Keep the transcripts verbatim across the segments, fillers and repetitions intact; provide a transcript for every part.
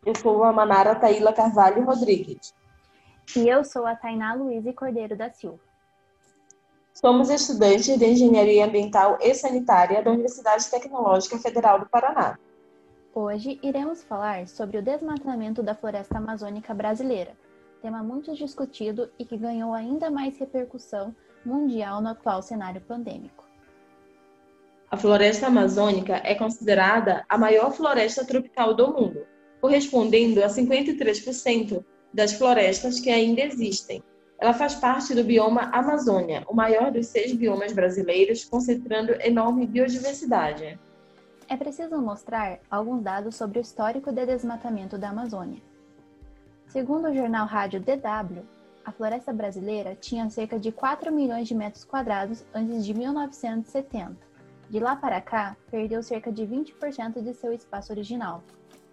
Eu sou a Manara Taíla Carvalho Rodrigues. E eu sou a Tainá Luísa Cordeiro da Silva. Somos estudantes de Engenharia Ambiental e Sanitária da Universidade Tecnológica Federal do Paraná. Hoje iremos falar sobre o desmatamento da floresta amazônica brasileira, tema muito discutido e que ganhou ainda mais repercussão mundial no atual cenário pandêmico. A floresta amazônica é considerada a maior floresta tropical do mundo, correspondendo a cinquenta e três por cento das florestas que ainda existem. Ela faz parte do bioma Amazônia, o maior dos seis biomas brasileiros, concentrando enorme biodiversidade. É preciso mostrar alguns dados sobre o histórico de desmatamento da Amazônia. Segundo o jornal rádio D W, a floresta brasileira tinha cerca de quatro milhões de metros quadrados antes de mil novecentos e setenta. De lá para cá, perdeu cerca de vinte por cento de seu espaço original.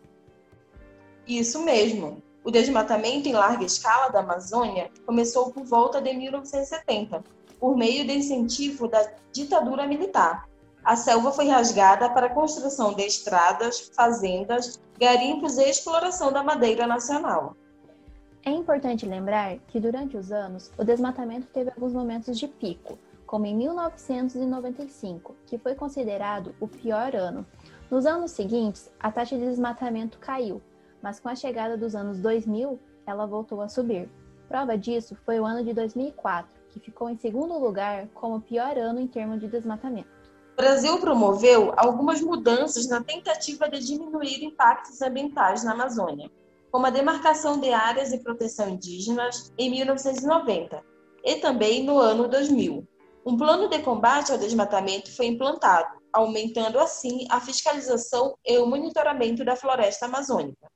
Isso mesmo. O desmatamento em larga escala da Amazônia começou por volta de mil novecentos e setenta, por meio de incentivo da ditadura militar. A selva foi rasgada para a construção de estradas, fazendas, garimpos e exploração da madeira nacional. É importante lembrar que durante os anos, o desmatamento teve alguns momentos de pico, como em mil novecentos e noventa e cinco, que foi considerado o pior ano. Nos anos seguintes, a taxa de desmatamento caiu, mas com a chegada dos anos dois mil, ela voltou a subir. Prova disso foi o ano de dois mil e quatro, que ficou em segundo lugar como o pior ano em termos de desmatamento. O Brasil promoveu algumas mudanças na tentativa de diminuir impactos ambientais na Amazônia, como a demarcação de áreas de proteção indígenas em mil novecentos e noventa e também no ano dois mil. Um plano de combate ao desmatamento foi implantado, aumentando assim a fiscalização e o monitoramento da floresta amazônica.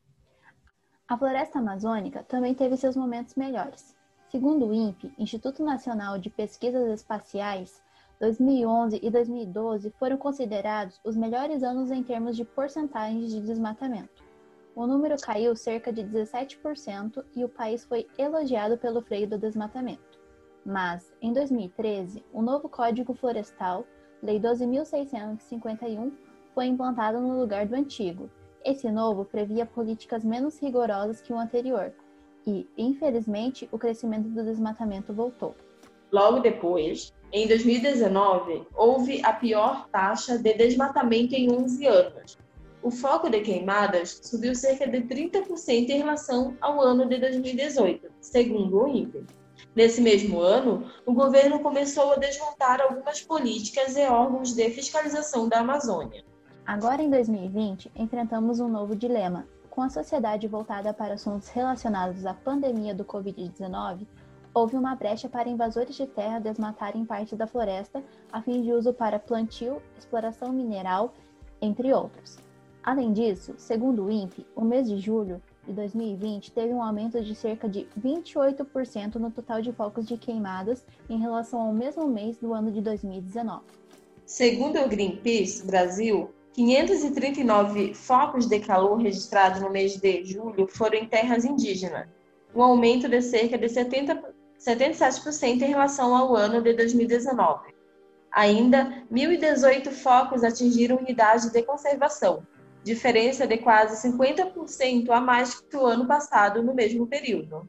A floresta amazônica também teve seus momentos melhores. Segundo o INPE, Instituto Nacional de Pesquisas Espaciais, dois mil e onze e dois mil e doze foram considerados os melhores anos em termos de porcentagens de desmatamento. O número caiu cerca de dezessete por cento e o país foi elogiado pelo freio do desmatamento. Mas, em dois mil e treze, o novo Código Florestal, Lei doze mil seiscentos e cinquenta e um, foi implantado no lugar do antigo. Esse novo previa políticas menos rigorosas que o anterior e, infelizmente, o crescimento do desmatamento voltou. Logo depois, em dois mil e dezenove, houve a pior taxa de desmatamento em onze anos. O foco de queimadas subiu cerca de trinta por cento em relação ao ano de dois mil e dezoito, segundo o INPE. Nesse mesmo ano, o governo começou a desmontar algumas políticas e órgãos de fiscalização da Amazônia. Agora, em dois mil e vinte, enfrentamos um novo dilema. Com a sociedade voltada para assuntos relacionados à pandemia do covid dezenove, houve uma brecha para invasores de terra desmatarem parte da floresta a fim de uso para plantio, exploração mineral, entre outros. Além disso, segundo o INPE, o mês de julho de dois mil e vinte teve um aumento de cerca de vinte e oito por cento no total de focos de queimadas em relação ao mesmo mês do ano de dois mil e dezenove. Segundo o Greenpeace Brasil, quinhentos e trinta e nove focos de calor registrados no mês de julho foram em terras indígenas, um aumento de cerca de setenta, setenta e sete por cento em relação ao ano de dois mil e dezenove. Ainda, mil e dezoito focos atingiram unidade de conservação, diferença de quase cinquenta por cento a mais que o ano passado no mesmo período.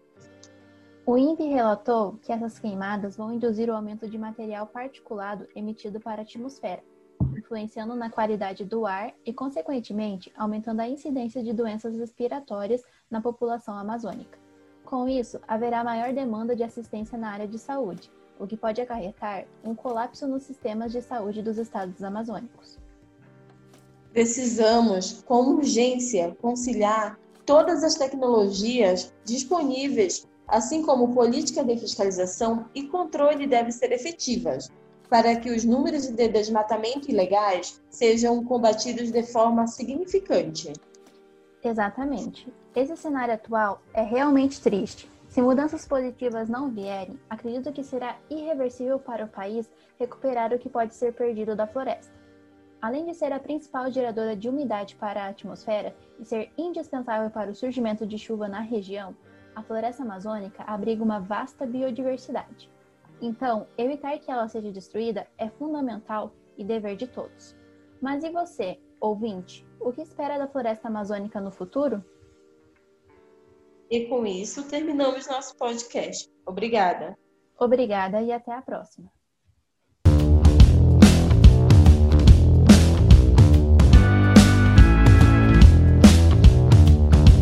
O INPE relatou que essas queimadas vão induzir o aumento de material particulado emitido para a atmosfera, influenciando na qualidade do ar e, consequentemente, aumentando a incidência de doenças respiratórias na população amazônica. Com isso, haverá maior demanda de assistência na área de saúde, o que pode acarretar um colapso nos sistemas de saúde dos estados amazônicos. Precisamos, com urgência, conciliar todas as tecnologias disponíveis, assim como política de fiscalização e controle devem ser efetivas, para que os números de desmatamento ilegais sejam combatidos de forma significante. Exatamente. Esse cenário atual é realmente triste. Se mudanças positivas não vierem, acredito que será irreversível para o país recuperar o que pode ser perdido da floresta. Além de ser a principal geradora de umidade para a atmosfera e ser indispensável para o surgimento de chuva na região, a floresta amazônica abriga uma vasta biodiversidade. Então, evitar que ela seja destruída é fundamental e dever de todos. Mas e você, ouvinte, o que espera da floresta amazônica no futuro? E com isso, terminamos nosso podcast. Obrigada. Obrigada e até a próxima.